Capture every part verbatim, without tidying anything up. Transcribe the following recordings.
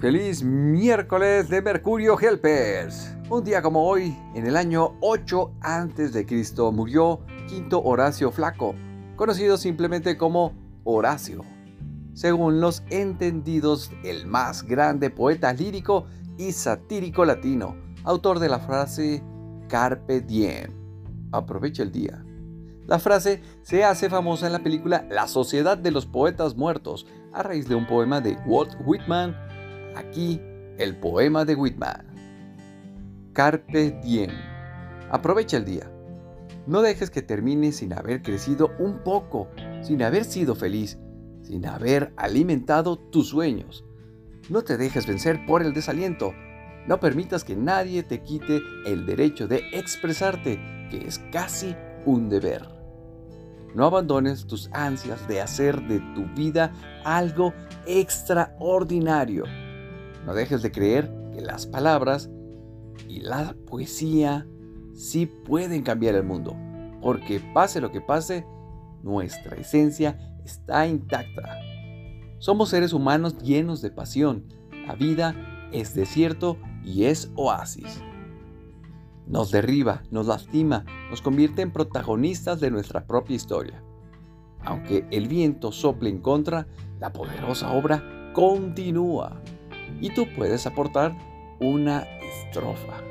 Feliz miércoles de Mercurio Helpers. Un día como hoy, en el año ocho antes de Cristo, murió Quinto Horacio Flaco, conocido simplemente como Horacio. Según los entendidos, el más grande poeta lírico y satírico latino, autor de la frase Carpe Diem, aprovecha el día. La frase se hace famosa en la película La Sociedad de los Poetas Muertos, a raíz de un poema de Walt Whitman. Aquí, el poema de Whitman. Carpe Diem. Aprovecha el día. No dejes que termine sin haber crecido un poco, sin haber sido feliz, sin haber alimentado tus sueños. No te dejes vencer por el desaliento. No permitas que nadie te quite el derecho de expresarte, que es casi un deber. No abandones tus ansias de hacer de tu vida algo extraordinario. No dejes de creer que las palabras y la poesía sí pueden cambiar el mundo, porque pase lo que pase, nuestra esencia está intacta. Somos seres humanos llenos de pasión. La vida es desierto y es oasis. Nos derriba, nos lastima, nos convierte en protagonistas de nuestra propia historia. Aunque el viento sople en contra, la poderosa obra continúa. Y tú puedes aportar una estrofa.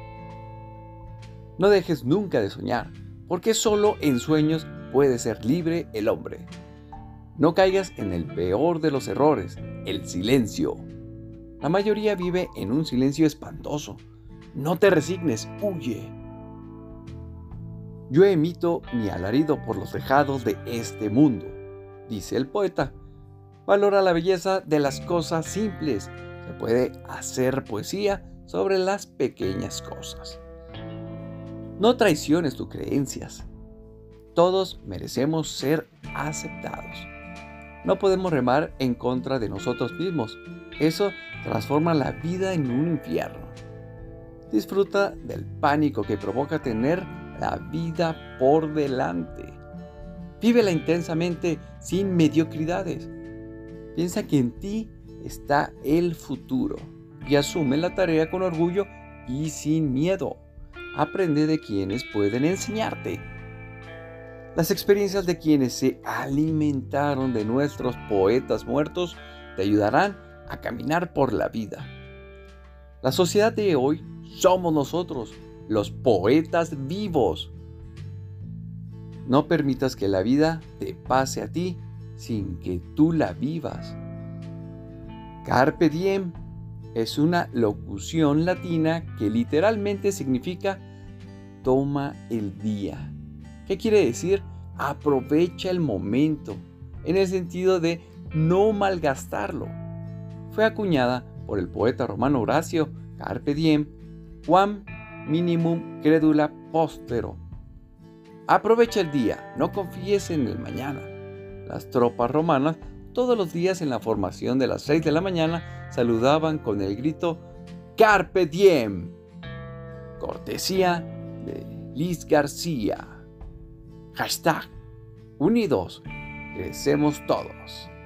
No dejes nunca de soñar, porque solo en sueños puede ser libre el hombre. No caigas en el peor de los errores, el silencio. La mayoría vive en un silencio espantoso. No te resignes, huye. Yo emito mi alarido por los tejados de este mundo, dice el poeta. Valora la belleza de las cosas simples. Se puede hacer poesía sobre las pequeñas cosas. No traiciones tus creencias. Todos merecemos ser aceptados. No podemos remar en contra de nosotros mismos. Eso transforma la vida en un infierno. Disfruta del pánico que provoca tener la vida por delante. Vívela intensamente sin mediocridades. Piensa que en ti está el futuro y asume la tarea con orgullo y sin miedo. Aprende de quienes pueden enseñarte. Las experiencias de quienes se alimentaron de nuestros poetas muertos te ayudarán a caminar por la vida. La sociedad de hoy somos nosotros, los poetas vivos. No permitas que la vida te pase a ti sin que tú la vivas. Carpe diem es una locución latina que literalmente significa toma el día. ¿Qué quiere decir? Aprovecha el momento, en el sentido de no malgastarlo. Fue acuñada por el poeta romano Horacio. Carpe diem, quam minimum credula postero. Aprovecha el día, no confíes en el mañana. Las tropas romanas todos los días en la formación de las seis de la mañana saludaban con el grito Carpe diem. Cortesía de Liz García. Hashtag unidos, crecemos todos.